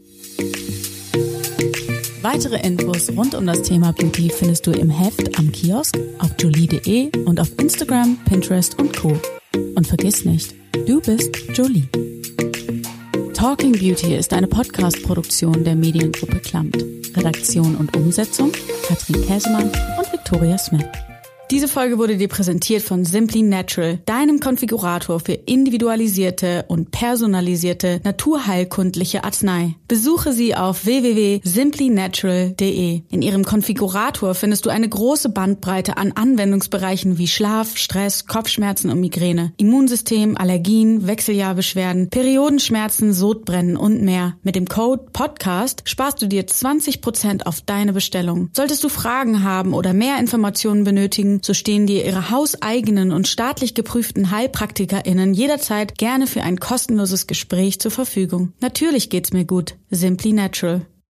Weitere Infos rund um das Thema Beauty findest du im Heft, am Kiosk, auf jolie.de und auf Instagram, Pinterest und Co. Und vergiss nicht, du bist Jolie. Talking Beauty ist eine Podcast-Produktion der Mediengruppe Klamt. Redaktion und Umsetzung Katrin Käsemann und Victoria Smith. Diese Folge wurde dir präsentiert von Simply Natural, deinem Konfigurator für individualisierte und personalisierte naturheilkundliche Arznei. Besuche sie auf www.simplynatural.de. In ihrem Konfigurator findest du eine große Bandbreite an Anwendungsbereichen wie Schlaf, Stress, Kopfschmerzen und Migräne, Immunsystem, Allergien, Wechseljahrbeschwerden, Periodenschmerzen, Sodbrennen und mehr. Mit dem Code PODCAST sparst du dir 20% auf deine Bestellung. Solltest du Fragen haben oder mehr Informationen benötigen, so stehen dir ihre hauseigenen und staatlich geprüften HeilpraktikerInnen jederzeit gerne für ein kostenloses Gespräch zur Verfügung. Natürlich geht's mir gut. Simply Natural.